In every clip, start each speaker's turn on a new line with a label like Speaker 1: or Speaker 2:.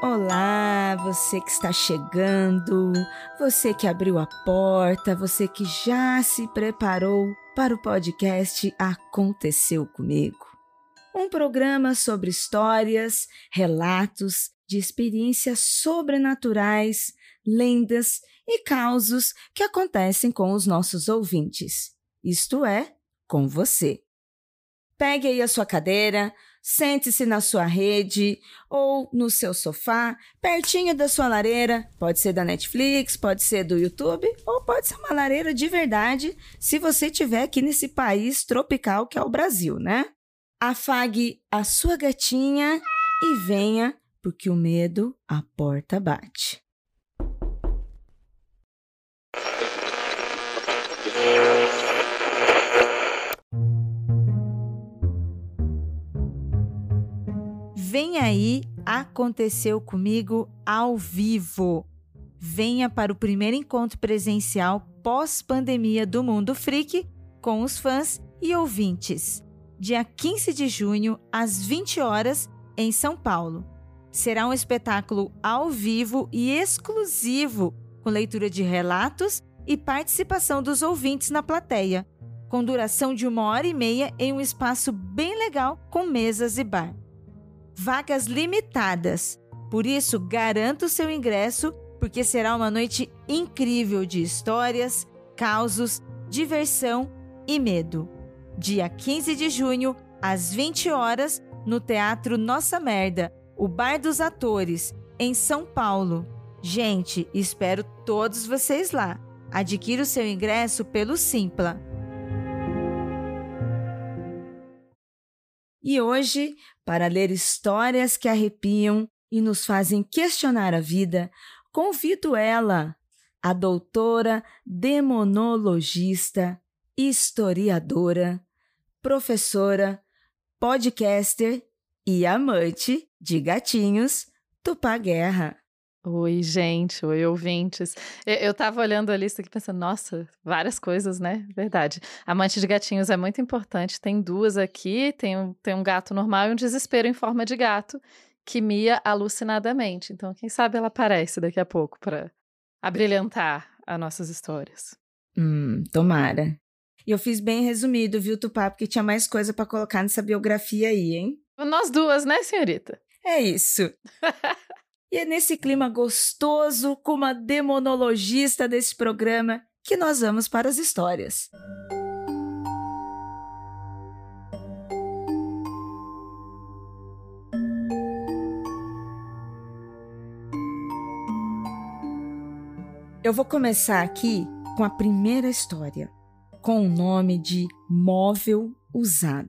Speaker 1: Olá, você que está chegando, você que abriu a porta, você que já se preparou para o podcast Aconteceu Comigo. Um programa sobre histórias, relatos de experiências sobrenaturais, lendas e causos que acontecem com os nossos ouvintes, isto é, com você. Pegue aí a sua cadeira, sente-se na sua rede ou no seu sofá, pertinho da sua lareira. Pode ser da Netflix, pode ser do YouTube ou pode ser uma lareira de verdade, se você estiver aqui nesse país tropical que é o Brasil, né? Afague a sua gatinha e venha, porque o medo a porta bate. Vem aí, Aconteceu Comigo ao vivo. Venha para o primeiro encontro presencial pós-pandemia do Mundo Freak com os fãs e ouvintes. Dia 15 de junho, às 20 horas, em São Paulo. Será um espetáculo ao vivo e exclusivo, com leitura de relatos e participação dos ouvintes na plateia, com duração de 1h30 em um espaço bem legal com mesas e bar. Vagas limitadas, por isso garanta o seu ingresso, porque será uma noite incrível de histórias, causos, diversão e medo. Dia 15 de junho, às 20 horas, no Teatro Nossa Merda, o Bar dos Atores, em São Paulo. Gente, espero todos vocês lá. Adquira o seu ingresso pelo Simpla. E hoje, para ler histórias que arrepiam e nos fazem questionar a vida, convido ela, a doutora demonologista, historiadora, professora, podcaster e amante de gatinhos, Tupá Guerra.
Speaker 2: Oi, gente. Oi, ouvintes. Eu tava olhando a lista aqui pensando, nossa, várias coisas, né? Verdade. Amante de gatinhos é muito importante. Tem duas aqui, tem um gato normal e um desespero em forma de gato que mia alucinadamente. Então, quem sabe ela aparece daqui a pouco para abrilhantar as nossas histórias.
Speaker 1: Tomara. E eu fiz bem resumido, viu, Tupá? Porque tinha mais coisa para colocar nessa biografia aí, hein?
Speaker 2: Nós duas, né, senhorita?
Speaker 1: É isso. E é nesse clima gostoso, com uma demonologista desse programa, que nós vamos para as histórias. Eu vou começar aqui com a primeira história, com o nome de Móvel Usado.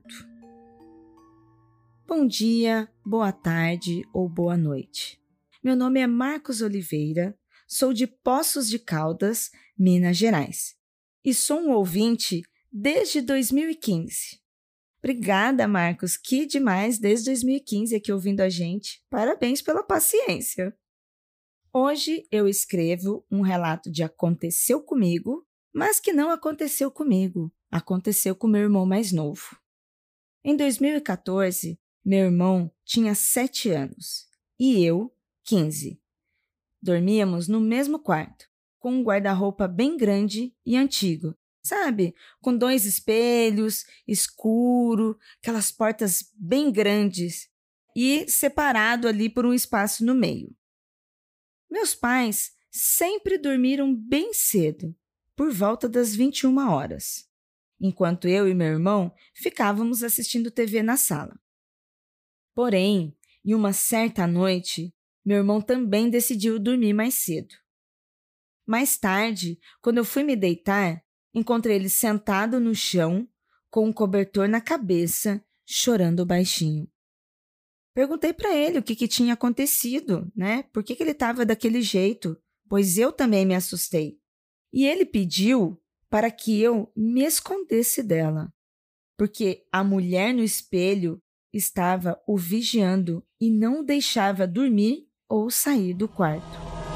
Speaker 1: Bom dia, boa tarde ou boa noite. Meu nome é Marcos Oliveira, sou de Poços de Caldas, Minas Gerais, e sou um ouvinte desde 2015. Obrigada, Marcos, que demais, desde 2015 aqui ouvindo a gente. Parabéns pela paciência. Hoje eu escrevo um relato de aconteceu comigo, mas que não aconteceu comigo, aconteceu com meu irmão mais novo. Em 2014, meu irmão tinha 7 anos e eu, 15. Dormíamos no mesmo quarto, com um guarda-roupa bem grande e antigo, sabe? Com 2 espelhos, escuro, aquelas portas bem grandes e separado ali por um espaço no meio. Meus pais sempre dormiram bem cedo, por volta das 21 horas, enquanto eu e meu irmão ficávamos assistindo TV na sala. Porém, em uma certa noite, meu irmão também decidiu dormir mais cedo. Mais tarde, quando eu fui me deitar, encontrei ele sentado no chão, com um cobertor na cabeça, chorando baixinho. Perguntei para ele o que tinha acontecido, né? Por que ele estava daquele jeito, pois eu também me assustei. E ele pediu para que eu me escondesse dela, porque a mulher no espelho estava o vigiando e não o deixava dormir ou sair do quarto.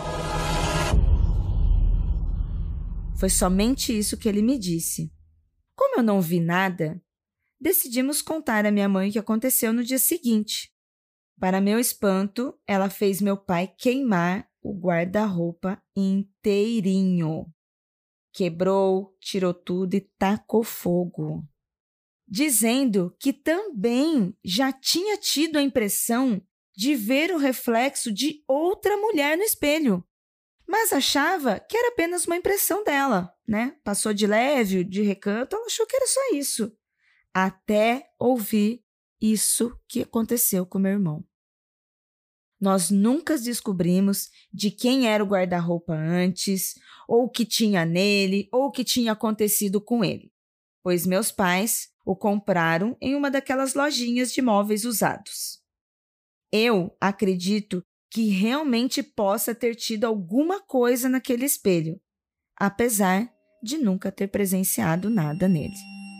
Speaker 1: Foi somente isso que ele me disse. Como eu não vi nada, decidimos contar à minha mãe o que aconteceu no dia seguinte. Para meu espanto, ela fez meu pai queimar o guarda-roupa inteirinho. Quebrou, tirou tudo e tacou fogo, dizendo que também já tinha tido a impressão de ver o reflexo de outra mulher no espelho, mas achava que era apenas uma impressão dela, né? Passou de leve, de recanto, ela achou que era só isso, até ouvir isso que aconteceu com meu irmão. Nós nunca descobrimos de quem era o guarda-roupa antes, ou o que tinha nele, ou o que tinha acontecido com ele, pois meus pais o compraram em uma daquelas lojinhas de móveis usados. Eu acredito que realmente possa ter tido alguma coisa naquele espelho, apesar de nunca ter presenciado nada nele.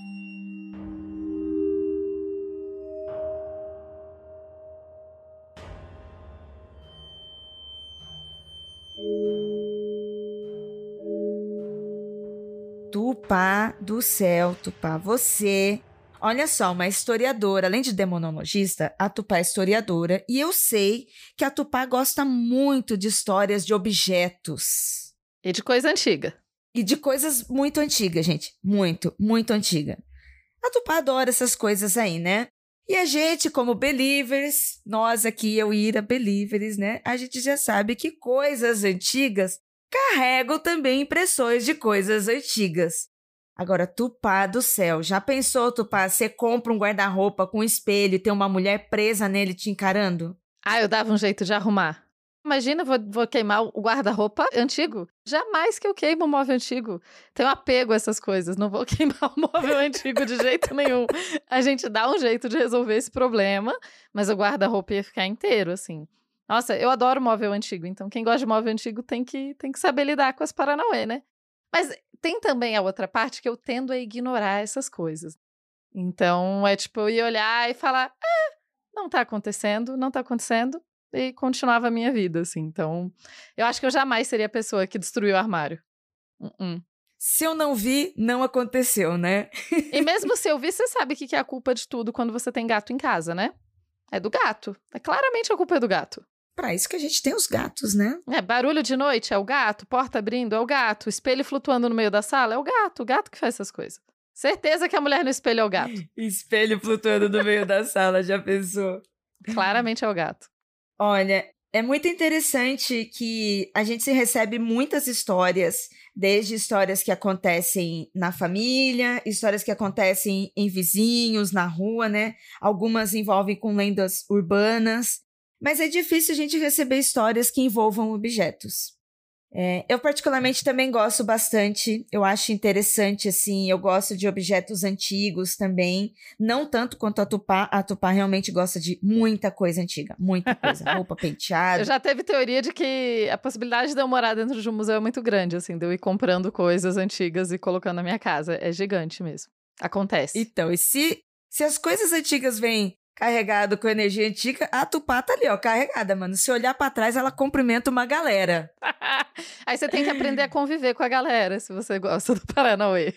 Speaker 1: Tupá do céu, Tupá, você... Olha só, uma historiadora, além de demonologista, a Tupá é historiadora e eu sei que a Tupá gosta muito de histórias de objetos.
Speaker 2: E de coisa antiga.
Speaker 1: E de coisas muito antigas, gente. Muito, muito antiga. A Tupá adora essas coisas aí, né? E a gente, como believers, nós aqui, eu e Ira, believers, né? A gente já sabe que coisas antigas carregam também impressões de coisas antigas. Agora, Tupá do céu, já pensou, Tupá, você compra um guarda-roupa com um espelho e tem uma mulher presa nele te encarando?
Speaker 2: Eu dava um jeito de arrumar. Imagina, vou queimar o guarda-roupa antigo. Jamais que eu queimo um móvel antigo. Tenho apego a essas coisas. Não vou queimar o móvel antigo de jeito nenhum. A gente dá um jeito de resolver esse problema, mas o guarda-roupa ia ficar inteiro, assim. Nossa, eu adoro móvel antigo. Então, quem gosta de móvel antigo tem que saber lidar com as paranauê, né? Mas tem também a outra parte que eu tendo a ignorar essas coisas. Então, é tipo, eu ia olhar e falar, não tá acontecendo, e continuava a minha vida, assim. Então, eu acho que eu jamais seria a pessoa que destruiu o armário.
Speaker 1: Se eu não vi, não aconteceu, né?
Speaker 2: E mesmo se eu vi, você sabe o que é a culpa de tudo quando você tem gato em casa, né? É do gato. Claramente a culpa é do gato.
Speaker 1: Para isso que a gente tem os gatos, né?
Speaker 2: Barulho de noite é o gato, porta abrindo é o gato, espelho flutuando no meio da sala é o gato que faz essas coisas. Certeza que a mulher no espelho é o gato.
Speaker 1: Espelho flutuando no meio da sala, já pensou?
Speaker 2: Claramente é o gato.
Speaker 1: Olha, é muito interessante que a gente se recebe muitas histórias, desde histórias que acontecem na família, histórias que acontecem em vizinhos, na rua, né? Algumas envolvem com lendas urbanas, mas é difícil a gente receber histórias que envolvam objetos. Eu particularmente também gosto bastante, eu acho interessante, assim, eu gosto de objetos antigos também, não tanto quanto a Tupá realmente gosta de muita coisa antiga, muita coisa, roupa, penteado.
Speaker 2: Eu já teve teoria de que a possibilidade de eu morar dentro de um museu é muito grande, assim, de eu ir comprando coisas antigas e colocando na minha casa, é gigante mesmo, acontece.
Speaker 1: Então, e se as coisas antigas vêm carregado com energia antiga, a Tupá tá ali, ó, carregada, mano. Se olhar pra trás, ela cumprimenta uma galera.
Speaker 2: Aí você tem que aprender a conviver com a galera, se você gosta do Paranauê.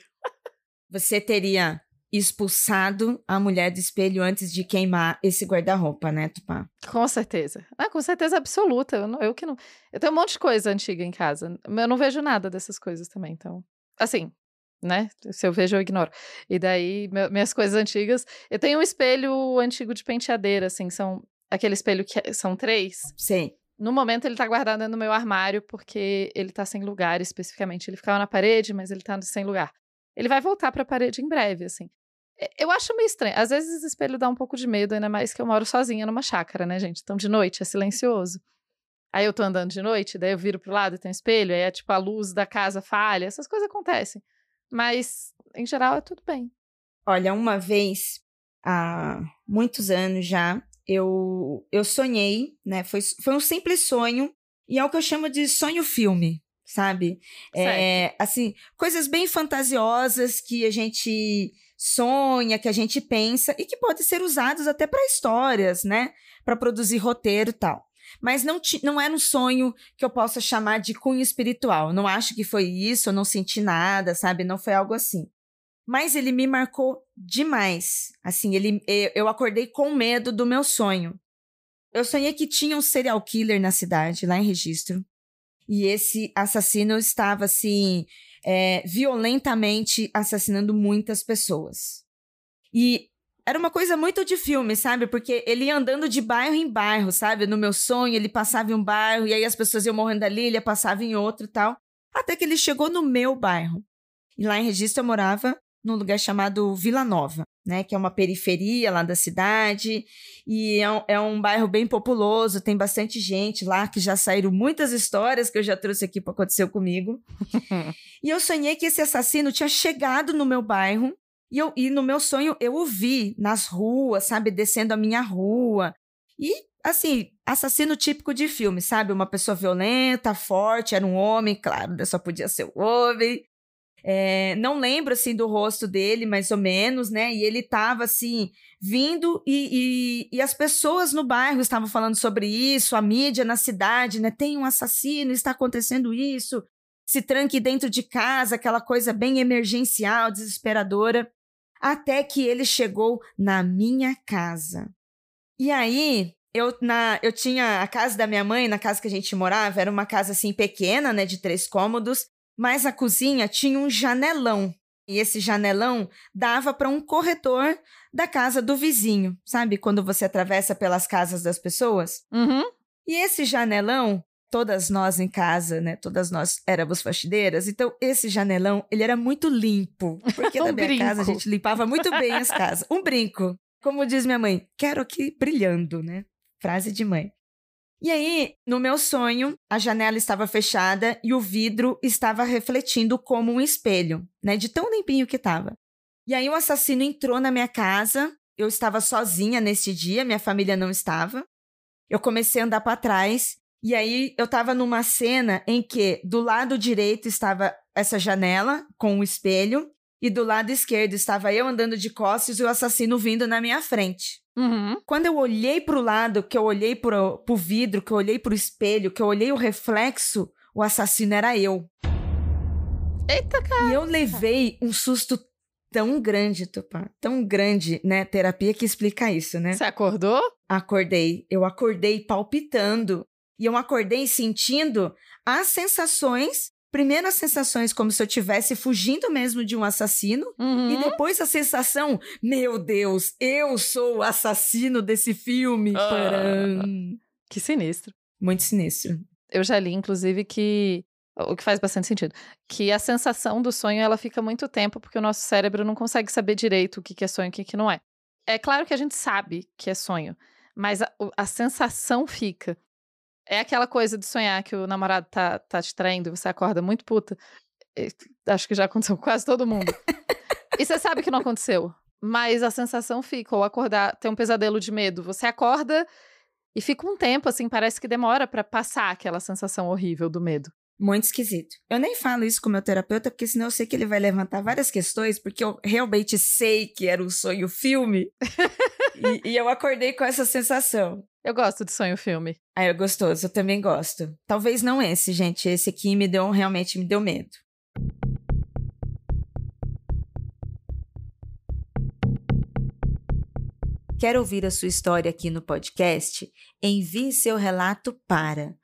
Speaker 1: Você teria expulsado a mulher do espelho antes de queimar esse guarda-roupa, né, Tupá?
Speaker 2: Com certeza. Com certeza absoluta. Eu tenho um monte de coisa antiga em casa. Eu não vejo nada dessas coisas também, então... Assim, né? Se eu vejo, eu ignoro. E daí, minhas coisas antigas... Eu tenho um espelho antigo de penteadeira, assim, são... Aquele espelho que são 3.
Speaker 1: Sim.
Speaker 2: No momento, ele tá guardado no meu armário, porque ele tá sem lugar, especificamente. Ele ficava na parede, mas ele tá sem lugar. Ele vai voltar pra parede em breve, assim. Eu acho meio estranho. Às vezes, esse espelho dá um pouco de medo, ainda mais que eu moro sozinha numa chácara, né, gente? Então, de noite, é silencioso. Aí, eu tô andando de noite, daí eu viro pro lado e tem um espelho, aí é tipo, a luz da casa falha. Essas coisas acontecem. Mas, em geral, é tudo bem.
Speaker 1: Olha, uma vez, há muitos anos já, eu sonhei, né? Foi um simples sonho, e é o que eu chamo de sonho-filme, sabe? Assim, coisas bem fantasiosas que a gente sonha, que a gente pensa, e que podem ser usados até para histórias, né? Para produzir roteiro e tal. Mas não era um sonho que eu possa chamar de cunho espiritual. Não acho que foi isso, eu não senti nada, sabe? Não foi algo assim. Mas ele me marcou demais. Assim, eu acordei com medo do meu sonho. Eu sonhei que tinha um serial killer na cidade, lá em Registro. E esse assassino estava, assim, violentamente assassinando muitas pessoas. E era uma coisa muito de filme, sabe? Porque ele ia andando de bairro em bairro, sabe? No meu sonho, ele passava em um bairro, e aí as pessoas iam morrendo ali, ele passava em outro e tal. Até que ele chegou no meu bairro. E lá em Registro eu morava num lugar chamado Vila Nova, né? Que é uma periferia lá da cidade. E é um bairro bem populoso, tem bastante gente lá, que já saíram muitas histórias que eu já trouxe aqui para acontecer comigo. E eu sonhei que esse assassino tinha chegado no meu bairro. E no meu sonho eu o vi nas ruas, sabe? Descendo a minha rua. E, assim, assassino típico de filme, sabe? Uma pessoa violenta, forte, era um homem, claro, só podia ser um homem. Não lembro, assim, do rosto dele, mais ou menos, né? E ele tava, assim, vindo e as pessoas no bairro estavam falando sobre isso, a mídia na cidade, né? Tem um assassino, está acontecendo isso. Se tranque dentro de casa, aquela coisa bem emergencial, desesperadora. Até que ele chegou na minha casa. E aí, eu tinha a casa da minha mãe, na casa que a gente morava, era uma casa assim pequena, né, de 3 cômodos, mas a cozinha tinha um janelão. E esse janelão dava para um corredor da casa do vizinho, sabe? Quando você atravessa pelas casas das pessoas.
Speaker 2: Uhum.
Speaker 1: E esse janelão, todas nós em casa, né? Todas nós éramos faxineiras. Então, esse janelão, ele era muito limpo. Porque na minha casa a gente limpava muito bem as casas. Um brinco. Como diz minha mãe, quero aqui brilhando, né? Frase de mãe. E aí, no meu sonho, a janela estava fechada e o vidro estava refletindo como um espelho, né? De tão limpinho que estava. E aí o assassino entrou na minha casa. Eu estava sozinha nesse dia, minha família não estava. Eu comecei a andar para trás. E aí, eu estava numa cena em que do lado direito estava essa janela com um espelho e do lado esquerdo estava eu andando de costas e o assassino vindo na minha frente.
Speaker 2: Uhum.
Speaker 1: Quando eu olhei para o lado, que eu olhei para o vidro, que eu olhei para o espelho, que eu olhei o reflexo, o assassino era eu.
Speaker 2: Eita, cara!
Speaker 1: E eu levei um susto tão grande, Tupá, tão grande, né? Terapia que explica isso, né?
Speaker 2: Você acordou?
Speaker 1: Acordei. Eu acordei palpitando. E eu acordei sentindo as sensações, primeiro as sensações como se eu estivesse fugindo mesmo de um assassino, e depois a sensação, meu Deus, eu sou o assassino desse filme.
Speaker 2: Que sinistro.
Speaker 1: Muito sinistro.
Speaker 2: Eu já li, inclusive, que, o que faz bastante sentido, que a sensação do sonho, ela fica muito tempo, porque o nosso cérebro não consegue saber direito o que é sonho e o que não é. É claro que a gente sabe que é sonho, mas a sensação fica. É aquela coisa de sonhar que o namorado tá te traindo e você acorda muito puta. Acho que já aconteceu com quase todo mundo. E você sabe que não aconteceu, mas a sensação fica. Ou acordar, ter um pesadelo de medo. Você acorda e fica um tempo, assim, parece que demora pra passar aquela sensação horrível do medo.
Speaker 1: Muito esquisito. Eu nem falo isso com o meu terapeuta, porque senão eu sei que ele vai levantar várias questões, porque eu realmente sei que era um sonho filme. e eu acordei com essa sensação.
Speaker 2: Eu gosto de sonho filme.
Speaker 1: Ah, é gostoso, eu também gosto. Talvez não esse, gente. Esse aqui realmente me deu medo. Quer ouvir a sua história aqui no podcast? Envie seu relato para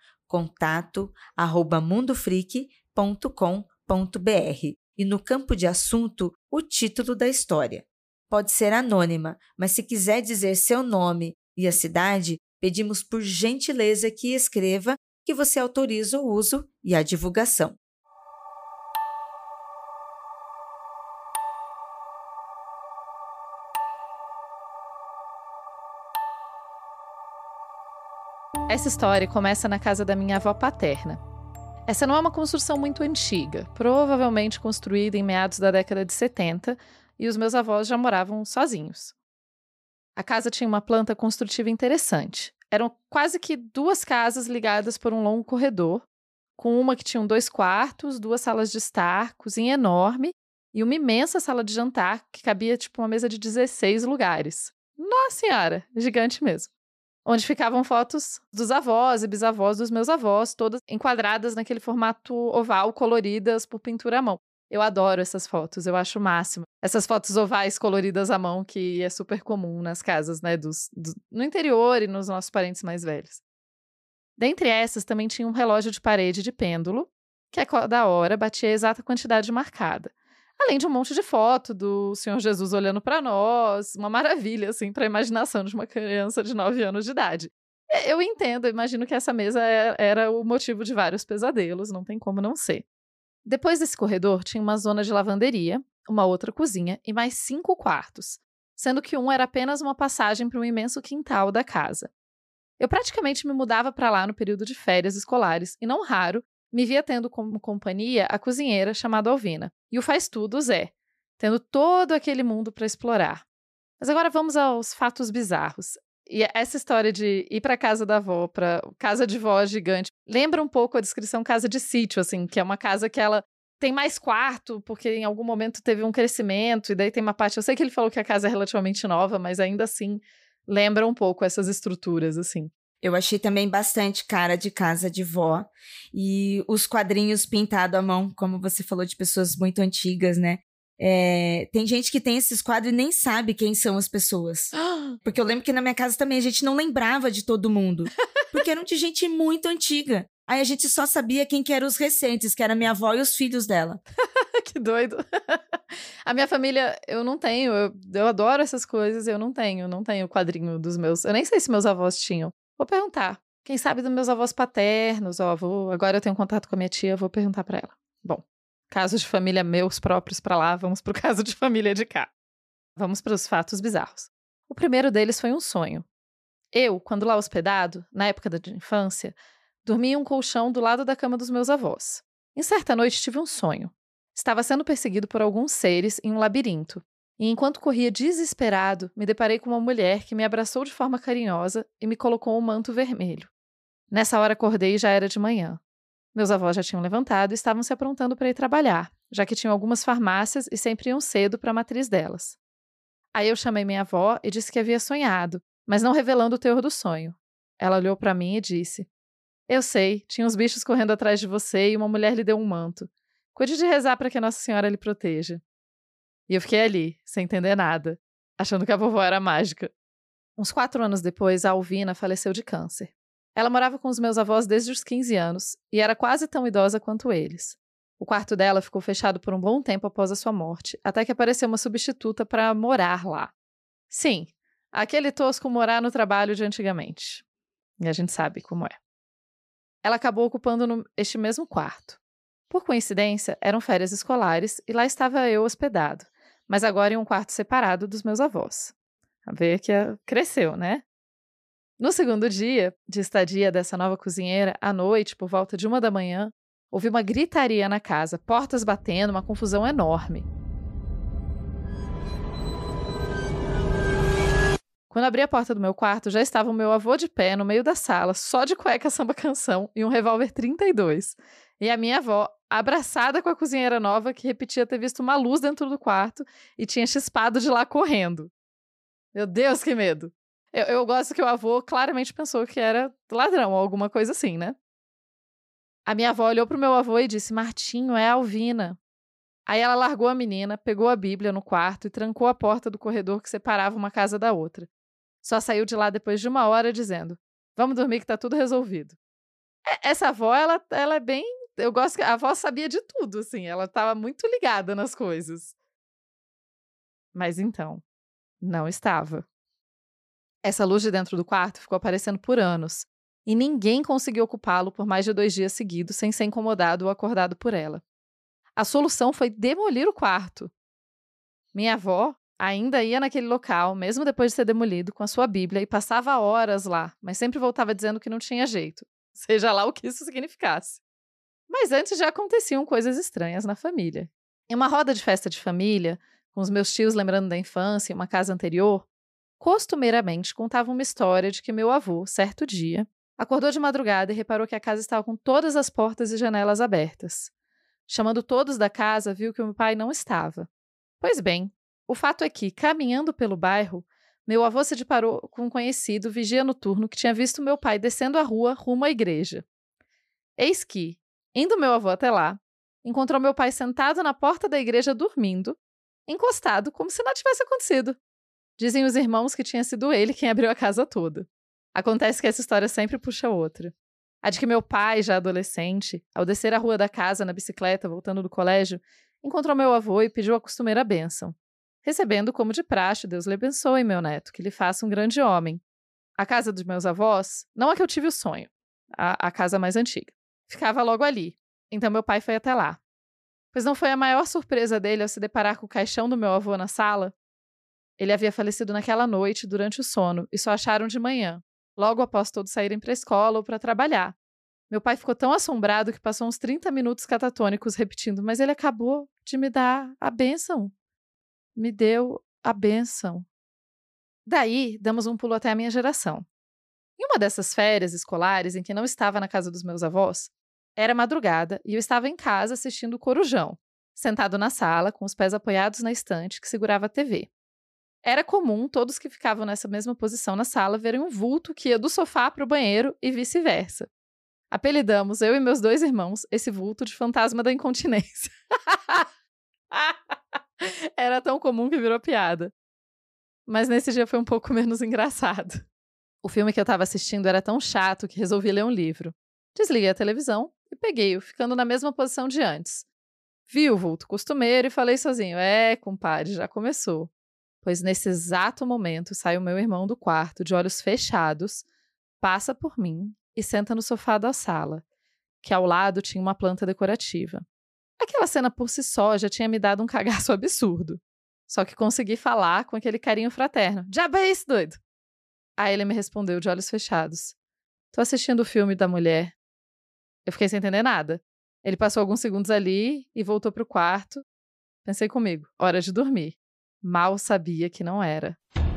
Speaker 1: contato@mundofreak.com.br e no campo de assunto, o título da história. Pode ser anônima, mas se quiser dizer seu nome e a cidade, pedimos por gentileza que escreva que você autoriza o uso e a divulgação.
Speaker 2: Essa história começa na casa da minha avó paterna. Essa não é uma construção muito antiga, provavelmente construída em meados da década de 70, e os meus avós já moravam sozinhos. A casa tinha uma planta construtiva interessante. Eram quase que 2 casas ligadas por um longo corredor, com uma que tinha 2 quartos, 2 salas de estar, cozinha enorme e uma imensa sala de jantar que cabia tipo uma mesa de 16 lugares. Nossa Senhora, gigante mesmo. Onde ficavam fotos dos avós e bisavós dos meus avós, todas enquadradas naquele formato oval, coloridas por pintura à mão. Eu adoro essas fotos, eu acho o máximo. Essas fotos ovais coloridas à mão, que é super comum nas casas, né, no interior e nos nossos parentes mais velhos. Dentre essas, também tinha um relógio de parede de pêndulo, que a cada hora batia a exata quantidade marcada. Além de um monte de foto do Senhor Jesus olhando para nós, uma maravilha, assim, para a imaginação de uma criança de 9 anos de idade. Eu entendo, eu imagino que essa mesa era o motivo de vários pesadelos, não tem como não ser. Depois desse corredor tinha uma zona de lavanderia, uma outra cozinha e mais 5 quartos, sendo que um era apenas uma passagem para um imenso quintal da casa. Eu praticamente me mudava para lá no período de férias escolares e, não raro, me via tendo como companhia a cozinheira chamada Alvina e o faz-tudo Zé, tendo todo aquele mundo para explorar. Mas agora vamos aos fatos bizarros. E essa história de ir para casa da avó, para casa de vó gigante, lembra um pouco a descrição casa de sítio, assim, que é uma casa que ela tem mais quarto, porque em algum momento teve um crescimento, e daí tem uma parte... Eu sei que ele falou que a casa é relativamente nova, mas ainda assim lembra um pouco essas estruturas, assim.
Speaker 1: Eu achei também bastante cara de casa de vó. E os quadrinhos pintados à mão, como você falou, de pessoas muito antigas, né? Tem gente que tem esses quadros e nem sabe quem são as pessoas. Porque eu lembro que na minha casa também a gente não lembrava de todo mundo. Porque eram de gente muito antiga. Aí a gente só sabia quem que eram os recentes, que era minha avó e os filhos dela.
Speaker 2: Que doido. A minha família, eu não tenho. Eu adoro essas coisas, eu não tenho quadrinho dos meus... Eu nem sei se meus avós tinham. Vou perguntar. Quem sabe dos meus avós paternos, agora eu tenho contato com a minha tia, vou perguntar pra ela. Bom, casos de família meus próprios pra lá, vamos pro caso de família de cá. Vamos pros fatos bizarros. O primeiro deles foi um sonho. Eu, quando lá hospedado, na época da infância, dormia em um colchão do lado da cama dos meus avós. Em certa noite tive um sonho. Estava sendo perseguido por alguns seres em um labirinto. E enquanto corria desesperado, me deparei com uma mulher que me abraçou de forma carinhosa e me colocou um manto vermelho. Nessa hora acordei e já era de manhã. Meus avós já tinham levantado e estavam se aprontando para ir trabalhar, já que tinham algumas farmácias e sempre iam cedo para a matriz delas. Aí eu chamei minha avó e disse que havia sonhado, mas não revelando o teor do sonho. Ela olhou para mim e disse: "Eu sei, tinha uns bichos correndo atrás de você e uma mulher lhe deu um manto. Cuide de rezar para que Nossa Senhora lhe proteja." E eu fiquei ali, sem entender nada, achando que a vovó era mágica. Uns 4 anos depois, a Alvina faleceu de câncer. Ela morava com os meus avós desde os 15 anos e era quase tão idosa quanto eles. O quarto dela ficou fechado por um bom tempo após a sua morte, até que apareceu uma substituta para morar lá. Sim, aquele tosco morar no trabalho de antigamente. E a gente sabe como é. Ela acabou ocupando este mesmo quarto. Por coincidência, eram férias escolares e lá estava eu hospedado, mas agora em um quarto separado dos meus avós. A ver que cresceu, né? No segundo dia de estadia dessa nova cozinheira, à noite, por volta de 1 da manhã, ouvi uma gritaria na casa, portas batendo, uma confusão enorme. Quando abri a porta do meu quarto, já estava o meu avô de pé no meio da sala, só de cueca samba-canção e um revólver 32. E a minha avó, abraçada com a cozinheira nova, que repetia ter visto uma luz dentro do quarto e tinha chispado de lá correndo. Meu Deus, que medo! Eu gosto que o avô claramente pensou que era ladrão ou alguma coisa assim, né? A minha avó olhou pro meu avô e disse: "Martinho, é a Alvina." Aí ela largou a menina, pegou a Bíblia no quarto e trancou a porta do corredor que separava uma casa da outra. Só saiu de lá depois de 1 hora dizendo: "Vamos dormir que tá tudo resolvido." Essa avó, ela é bem... Eu gosto que a avó sabia de tudo, assim. Ela estava muito ligada nas coisas. Mas então, não estava. Essa luz de dentro do quarto ficou aparecendo por anos. E ninguém conseguiu ocupá-lo por mais de 2 dias seguidos sem ser incomodado ou acordado por ela. A solução foi demolir o quarto. Minha avó ainda ia naquele local, mesmo depois de ser demolido, com a sua Bíblia e passava horas lá, mas sempre voltava dizendo que não tinha jeito, seja lá o que isso significasse. Mas antes já aconteciam coisas estranhas na família. Em uma roda de festa de família, com os meus tios lembrando da infância em uma casa anterior, costumeiramente contavam uma história de que meu avô, certo dia, acordou de madrugada e reparou que a casa estava com todas as portas e janelas abertas. Chamando todos da casa, viu que o meu pai não estava. Pois bem, o fato é que, caminhando pelo bairro, meu avô se deparou com um conhecido vigia noturno que tinha visto meu pai descendo a rua rumo à igreja. Eis que, indo meu avô até lá, encontrou meu pai sentado na porta da igreja dormindo, encostado, como se nada tivesse acontecido. Dizem os irmãos que tinha sido ele quem abriu a casa toda. Acontece que essa história sempre puxa outra. A de que meu pai, já adolescente, ao descer a rua da casa na bicicleta, voltando do colégio, encontrou meu avô e pediu a costumeira bênção. Recebendo como de praxe, Deus lhe abençoe, meu neto, que lhe faça um grande homem. A casa dos meus avós, não a que eu tive o sonho, a casa mais antiga, ficava logo ali. Então meu pai foi até lá. Pois não foi a maior surpresa dele ao se deparar com o caixão do meu avô na sala? Ele havia falecido naquela noite, durante o sono, e só acharam de manhã, logo após todos saírem para a escola ou para trabalhar. Meu pai ficou tão assombrado que passou uns 30 minutos catatônicos repetindo: mas ele acabou de me dar a bênção. Me deu a bênção. Daí, damos um pulo até a minha geração. Em uma dessas férias escolares em que não estava na casa dos meus avós, era madrugada e eu estava em casa assistindo o Corujão, sentado na sala, com os pés apoiados na estante que segurava a TV. Era comum todos que ficavam nessa mesma posição na sala verem um vulto que ia do sofá para o banheiro e vice-versa. Apelidamos, eu e meus 2 irmãos, esse vulto de fantasma da incontinência. Era tão comum que virou piada. Mas nesse dia foi um pouco menos engraçado. O filme que eu estava assistindo era tão chato que resolvi ler um livro. Desliguei a televisão e peguei-o, ficando na mesma posição de antes. Vi o vulto costumeiro e falei sozinho: compadre, já começou. Pois nesse exato momento sai o meu irmão do quarto, de olhos fechados, passa por mim e senta no sofá da sala, que ao lado tinha uma planta decorativa. Aquela cena por si só já tinha me dado um cagaço absurdo. Só que consegui falar com aquele carinho fraterno: diabo é isso, doido? Aí ele me respondeu de olhos fechados: tô assistindo o filme da mulher. Eu fiquei sem entender nada. Ele passou alguns segundos ali e voltou pro quarto. Pensei comigo: hora de dormir. Mal sabia que não era.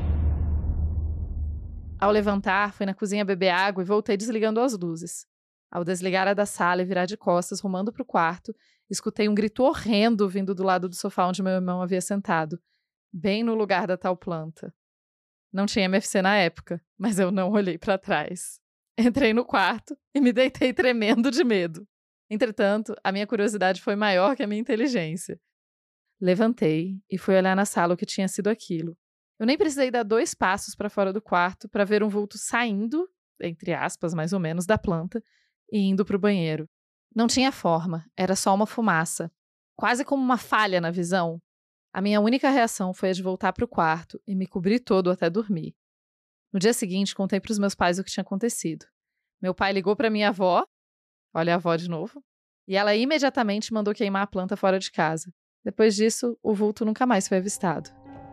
Speaker 2: Ao levantar, fui na cozinha beber água e voltei desligando as luzes. Ao desligar a da sala e virar de costas, rumando pro quarto, escutei um grito horrendo vindo do lado do sofá onde meu irmão havia sentado, bem no lugar da tal planta. Não tinha MFC na época, mas eu não olhei para trás. Entrei no quarto e me deitei tremendo de medo. Entretanto, a minha curiosidade foi maior que a minha inteligência. Levantei e fui olhar na sala o que tinha sido aquilo. Eu nem precisei dar 2 passos para fora do quarto para ver um vulto saindo, entre aspas, mais ou menos, da planta e indo para o banheiro. Não tinha forma, era só uma fumaça. Quase como uma falha na visão. A minha única reação foi a de voltar para o quarto e me cobrir todo até dormir. No dia seguinte, contei para os meus pais o que tinha acontecido. Meu pai ligou para minha avó, olha a avó de novo, e ela imediatamente mandou queimar a planta fora de casa. Depois disso, o vulto nunca mais foi avistado.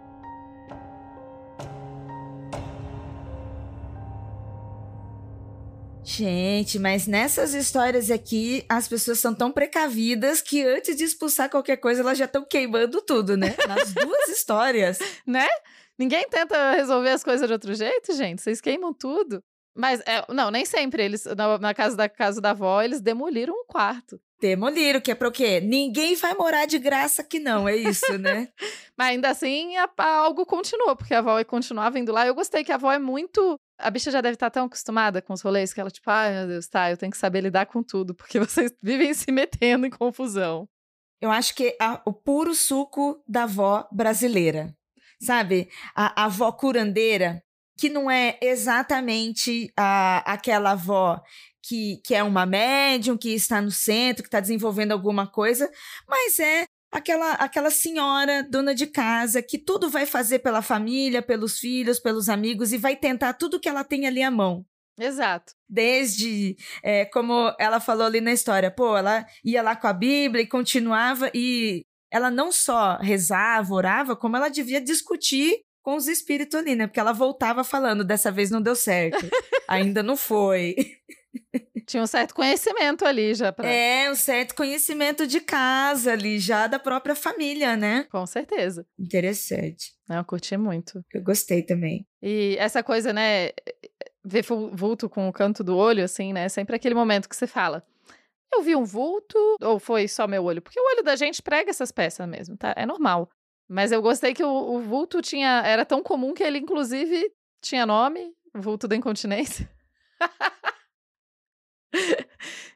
Speaker 1: Gente, mas nessas histórias aqui, as pessoas são tão precavidas que antes de expulsar qualquer coisa, elas já estão queimando tudo, né? Nas 2 histórias.
Speaker 2: Né? Ninguém tenta resolver as coisas de outro jeito, gente. Vocês queimam tudo. Mas, não, nem sempre. Eles, na casa da avó, eles demoliram um quarto.
Speaker 1: Demoliram, que é pra quê? Ninguém vai morar de graça aqui não, é isso, né?
Speaker 2: Mas ainda assim, algo continuou, porque a avó continuava indo lá. Eu gostei que a avó é muito... A bicha já deve estar tão acostumada com os rolês que ela, tipo, ai meu Deus, tá, eu tenho que saber lidar com tudo, porque vocês vivem se metendo em confusão.
Speaker 1: Eu acho que é o puro suco da avó brasileira, sabe? A avó curandeira, que não é exatamente aquela avó que é uma médium, que está no centro, que está desenvolvendo alguma coisa, mas é aquela senhora dona de casa que tudo vai fazer pela família, pelos filhos, pelos amigos e vai tentar tudo que ela tem ali à mão.
Speaker 2: Exato.
Speaker 1: Desde, como ela falou ali na história, ela ia lá com a Bíblia e continuava, e ela não só rezava, orava, como ela devia discutir com os espíritos ali, né? Porque ela voltava falando: dessa vez não deu certo, ainda não foi.
Speaker 2: Tinha um certo conhecimento ali já.
Speaker 1: Um certo conhecimento de casa ali, já da própria família, né?
Speaker 2: Com certeza.
Speaker 1: Interessante.
Speaker 2: Eu curti muito.
Speaker 1: Eu gostei também.
Speaker 2: E essa coisa, né, ver vulto com o canto do olho, assim, né, sempre aquele momento que você fala: eu vi um vulto ou foi só meu olho? Porque o olho da gente prega essas peças mesmo, tá? É normal. Mas eu gostei que o vulto era tão comum que ele, inclusive, tinha nome, vulto da incontinência.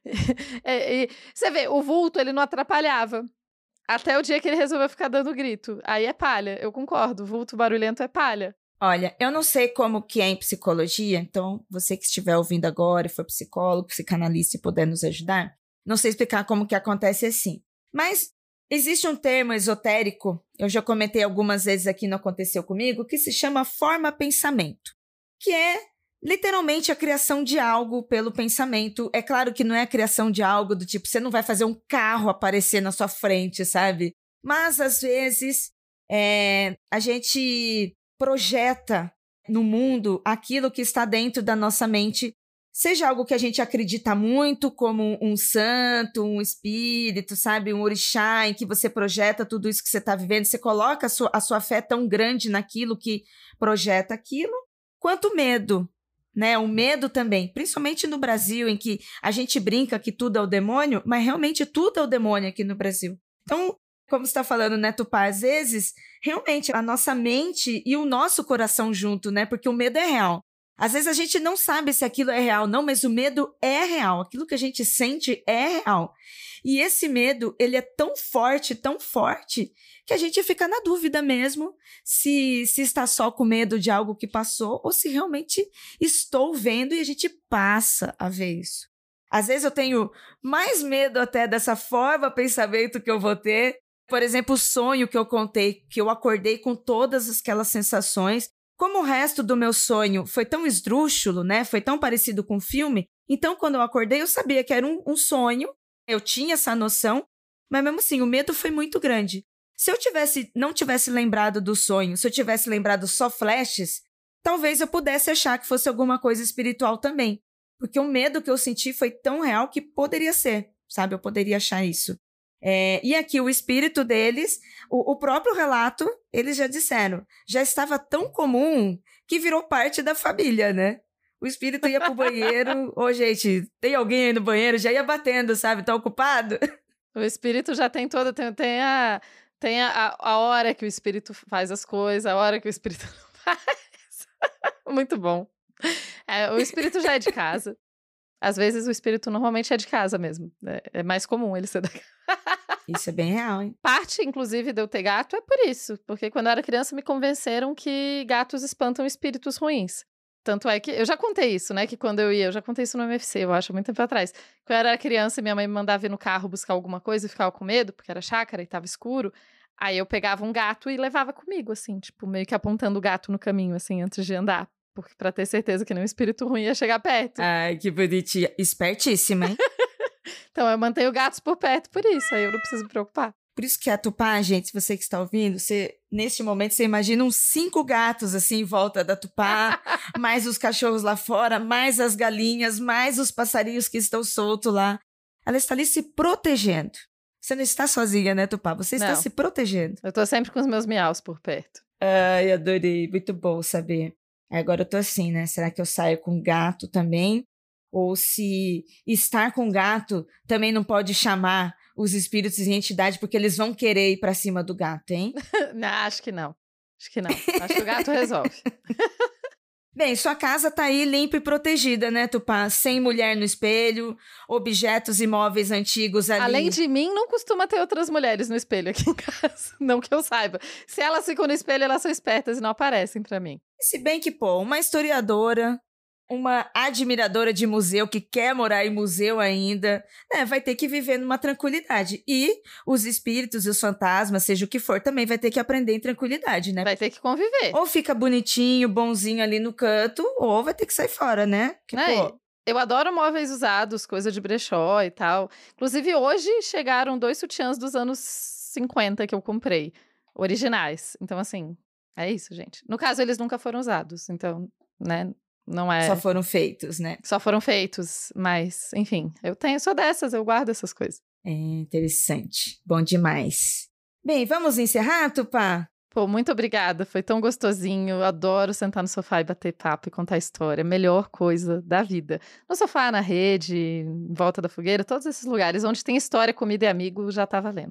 Speaker 2: E você vê, o vulto, ele não atrapalhava. Até o dia que ele resolveu ficar dando grito. Aí é palha, eu concordo. Vulto barulhento é palha.
Speaker 1: Olha, eu não sei como que é em psicologia, então você que estiver ouvindo agora e for psicólogo, psicanalista e puder nos ajudar, não sei explicar como que acontece assim. Mas existe um termo esotérico, eu já comentei algumas vezes aqui, não aconteceu comigo, que se chama forma-pensamento, que é literalmente a criação de algo pelo pensamento. É claro que não é a criação de algo do tipo, você não vai fazer um carro aparecer na sua frente, sabe? Mas, às vezes, a gente projeta no mundo aquilo que está dentro da nossa mente, seja algo que a gente acredita muito, como um santo, um espírito, sabe? Um orixá, em que você projeta tudo isso que você está vivendo, você coloca a sua fé tão grande naquilo que projeta aquilo, quanto medo. Né, o medo também, principalmente no Brasil, em que a gente brinca que tudo é o demônio, mas realmente tudo é o demônio aqui no Brasil. Então, como você está falando, né, Tupá, às vezes, realmente, a nossa mente e o nosso coração junto, né, porque o medo é real. Às vezes a gente não sabe se aquilo é real, não, mas o medo é real, aquilo que a gente sente é real. E esse medo, ele é tão forte, que a gente fica na dúvida mesmo se está só com medo de algo que passou ou se realmente estou vendo e a gente passa a ver isso. Às vezes eu tenho mais medo até dessa forma pensamento que eu vou ter. Por exemplo, o sonho que eu contei, que eu acordei com todas aquelas sensações. Como o resto do meu sonho foi tão esdrúxulo, né? Foi tão parecido com um filme, então quando eu acordei eu sabia que era um sonho, eu tinha essa noção, mas mesmo assim o medo foi muito grande. Se eu não tivesse lembrado do sonho, se eu tivesse lembrado só flashes, talvez eu pudesse achar que fosse alguma coisa espiritual também. Porque o medo que eu senti foi tão real que poderia ser, sabe? Eu poderia achar isso. E aqui o espírito deles, o próprio relato, eles já disseram, já estava tão comum que virou parte da família, né? O espírito ia pro banheiro, gente, tem alguém aí no banheiro? Já ia batendo, sabe? Tá ocupado?
Speaker 2: O espírito já tem toda, tem a hora que o espírito faz as coisas, a hora que o espírito não faz. Muito bom. O espírito já é de casa. Às vezes o espírito normalmente é de casa mesmo. É mais comum ele ser da casa.
Speaker 1: Isso é bem real, hein?
Speaker 2: Parte, inclusive, de eu ter gato é por isso. Porque quando eu era criança me convenceram que gatos espantam espíritos ruins. Tanto é que, eu já contei isso, né? Que quando eu já contei isso no MFC, eu acho, muito tempo atrás. Quando eu era criança e minha mãe me mandava ir no carro buscar alguma coisa e ficava com medo, porque era chácara e tava escuro. Aí eu pegava um gato e levava comigo, assim, tipo, meio que apontando o gato no caminho, assim, antes de andar. Porque pra ter certeza que nenhum espírito ruim ia chegar perto.
Speaker 1: Ai, que bonitinha. Espertíssima, hein?
Speaker 2: Então eu mantenho gatos por perto por isso, aí eu não preciso me preocupar.
Speaker 1: Por isso que a Tupá, gente, se você que está ouvindo, neste momento, você imagina uns 5 gatos assim em volta da Tupá, mais os cachorros lá fora, mais as galinhas, mais os passarinhos que estão soltos lá. Ela está ali se protegendo. Você não está sozinha, né, Tupá? Você está se protegendo.
Speaker 2: Eu tô sempre com os meus miaus por perto.
Speaker 1: Ai, adorei. Muito bom saber. Agora eu tô assim, né? Será que eu saio com gato também? Ou se estar com gato também não pode chamar os espíritos e entidade, porque eles vão querer ir pra cima do gato, hein?
Speaker 2: Não, acho que não. Acho que o gato resolve.
Speaker 1: Bem, sua casa tá aí limpa e protegida, né, Tupá? Sem mulher no espelho, objetos imóveis antigos ali.
Speaker 2: Além de mim, não costuma ter outras mulheres no espelho aqui em casa. Não que eu saiba. Se elas ficam no espelho, elas são espertas e não aparecem pra mim.
Speaker 1: Se bem que, uma historiadora, uma admiradora de museu que quer morar em museu ainda, né, vai ter que viver numa tranquilidade. E os espíritos e os fantasmas, seja o que for, também vai ter que aprender em tranquilidade, né?
Speaker 2: Vai ter que conviver.
Speaker 1: Ou fica bonitinho, bonzinho ali no canto, ou vai ter que sair fora, né? Que,
Speaker 2: eu adoro móveis usados, coisa de brechó e tal. Inclusive, hoje chegaram 2 sutiãs dos anos 50 que eu comprei, originais. Então, assim, é isso, gente. No caso, eles nunca foram usados, então, né... Não é...
Speaker 1: Só foram feitos, né?
Speaker 2: Só foram feitos, mas, enfim, sou dessas, eu guardo essas coisas.
Speaker 1: É interessante, bom demais. Bem, vamos encerrar, Tupá?
Speaker 2: Pô, muito obrigada, foi tão gostosinho, eu adoro sentar no sofá e bater papo e contar história, melhor coisa da vida. No sofá, na rede, em volta da fogueira, todos esses lugares onde tem história, comida e amigo, já tá valendo.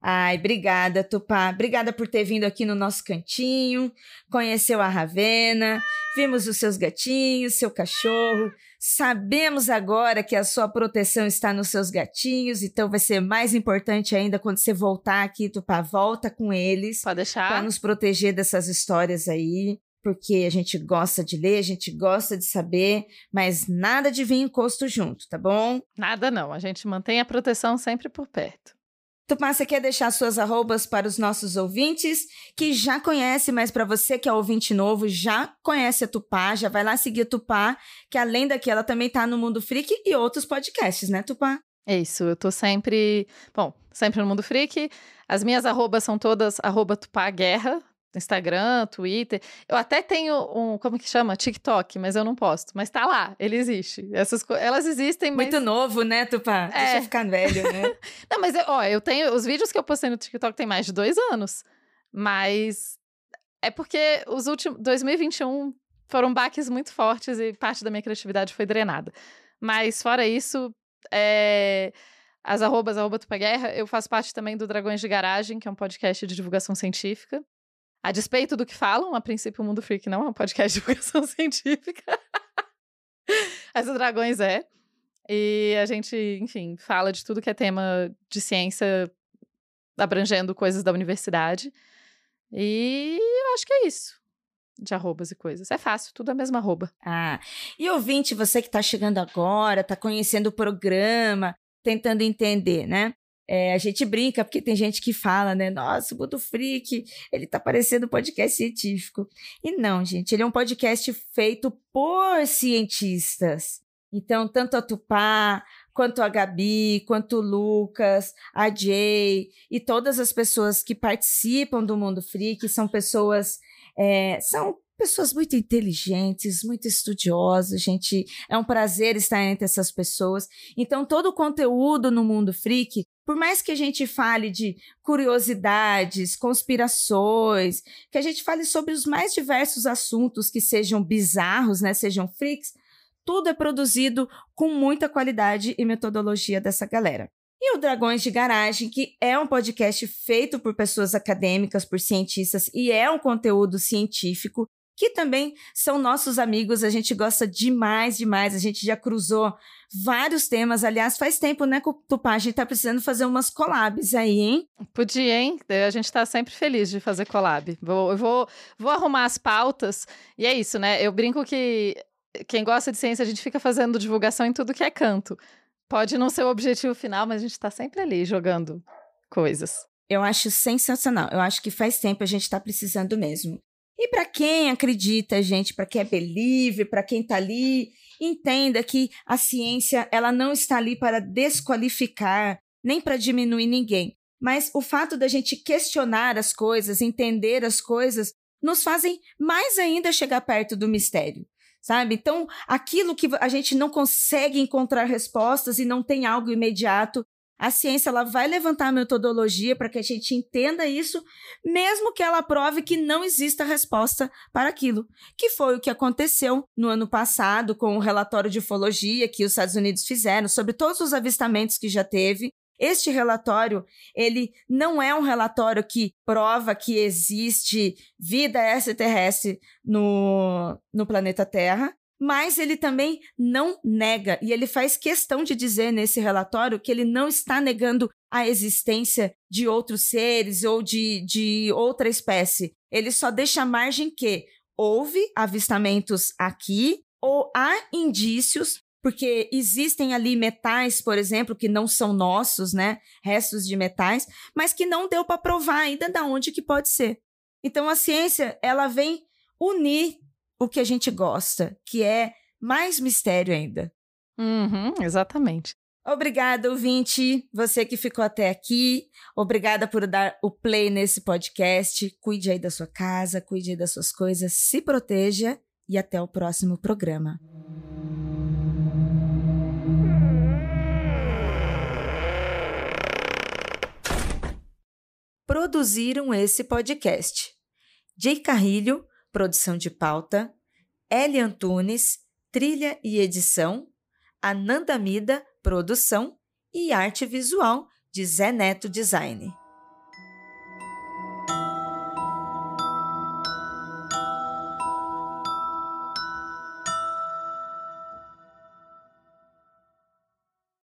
Speaker 1: Ai, obrigada, Tupá. Obrigada por ter vindo aqui no nosso cantinho, conheceu a Ravena, vimos os seus gatinhos, seu cachorro. Sabemos agora que a sua proteção está nos seus gatinhos, então vai ser mais importante ainda quando você voltar aqui, Tupá, volta com eles.
Speaker 2: Pode deixar.
Speaker 1: Para nos proteger dessas histórias aí, porque a gente gosta de ler, a gente gosta de saber, mas nada de vir encosto junto, tá bom?
Speaker 2: Nada não, a gente mantém a proteção sempre por perto.
Speaker 1: Tupá, você quer deixar suas arrobas para os nossos ouvintes que já conhecem, mas para você que é ouvinte novo, já conhece a Tupá, já vai lá seguir a Tupá, que além daqui ela também tá no Mundo Freak e outros podcasts, né, Tupá?
Speaker 2: É isso, eu tô sempre no Mundo Freak. As minhas arrobas são todas @TupáGuerra, Instagram, Twitter. Eu até tenho como que chama? TikTok, mas eu não posto. Mas tá lá, ele existe. Elas existem, mas...
Speaker 1: Muito novo, né, Tupá? Deixa eu ficar velho, né?
Speaker 2: Não, mas eu tenho... Os vídeos que eu postei no TikTok tem mais de 2 anos. Mas é porque os últimos... 2021 foram baques muito fortes e parte da minha criatividade foi drenada. Mas fora isso, as arrobas, @TupáGuerra, eu faço parte também do Dragões de Garagem, que é um podcast de divulgação científica. A despeito do que falam, a princípio o Mundo Freak não é um podcast de divulgação científica. Mas o Dragões é. E a gente, enfim, fala de tudo que é tema de ciência, abrangendo coisas da universidade. E eu acho que é isso. De arrobas e coisas. É fácil, tudo é a mesma arroba.
Speaker 1: E ouvinte, você que tá chegando agora, tá conhecendo o programa, tentando entender, né? A gente brinca, porque tem gente que fala, né? Nossa, o Mundo Freak, ele tá parecendo um podcast científico. E não, gente, ele é um podcast feito por cientistas. Então, tanto a Tupá, quanto a Gabi, quanto o Lucas, a Jay e todas as pessoas que participam do Mundo Freak são pessoas muito inteligentes, muito estudiosas, gente. É um prazer estar entre essas pessoas. Então, todo o conteúdo no Mundo Freak, por mais que a gente fale de curiosidades, conspirações, que a gente fale sobre os mais diversos assuntos que sejam bizarros, né, sejam freaks, tudo é produzido com muita qualidade e metodologia dessa galera. E o Dragões de Garagem, que é um podcast feito por pessoas acadêmicas, por cientistas, e é um conteúdo científico, que também são nossos amigos, a gente gosta demais, a gente já cruzou vários temas, aliás, faz tempo, né, Tupá, a gente tá precisando fazer umas collabs aí, hein?
Speaker 2: Podia, hein? A gente tá sempre feliz de fazer collab. Eu vou arrumar as pautas, e é isso, né? Eu brinco que quem gosta de ciência, a gente fica fazendo divulgação em tudo que é canto. Pode não ser o objetivo final, mas a gente tá sempre ali jogando coisas.
Speaker 1: Eu acho sensacional. Eu acho que faz tempo a gente tá precisando mesmo. E para quem acredita, gente, para quem é believer, para quem tá ali, entenda que a ciência, ela não está ali para desqualificar, nem para diminuir ninguém. Mas o fato da gente questionar as coisas, entender as coisas, nos fazem mais ainda chegar perto do mistério. Sabe? Então, aquilo que a gente não consegue encontrar respostas e não tem algo imediato, a ciência ela vai levantar a metodologia para que a gente entenda isso, mesmo que ela prove que não exista resposta para aquilo, que foi o que aconteceu no ano passado com o relatório de ufologia que os Estados Unidos fizeram sobre todos os avistamentos que já teve. Este relatório, ele não é um relatório que prova que existe vida extraterrestre no planeta Terra, mas ele também não nega, e ele faz questão de dizer nesse relatório que ele não está negando a existência de outros seres ou de outra espécie. Ele só deixa a margem que houve avistamentos aqui ou há indícios, porque existem ali metais, por exemplo, que não são nossos, né? Restos de metais, mas que não deu para provar ainda de onde que pode ser. Então a ciência, ela vem unir o que a gente gosta, que é mais mistério ainda.
Speaker 2: Exatamente.
Speaker 1: Obrigada, ouvinte, você que ficou até aqui. Obrigada por dar o play nesse podcast. Cuide aí da sua casa, cuide aí das suas coisas, se proteja e até o próximo programa. Produziram esse podcast: Jay Carrilho, produção de pauta, Eli Antunes, trilha e edição, Ananda Mida, produção e arte visual de Zé Neto Design.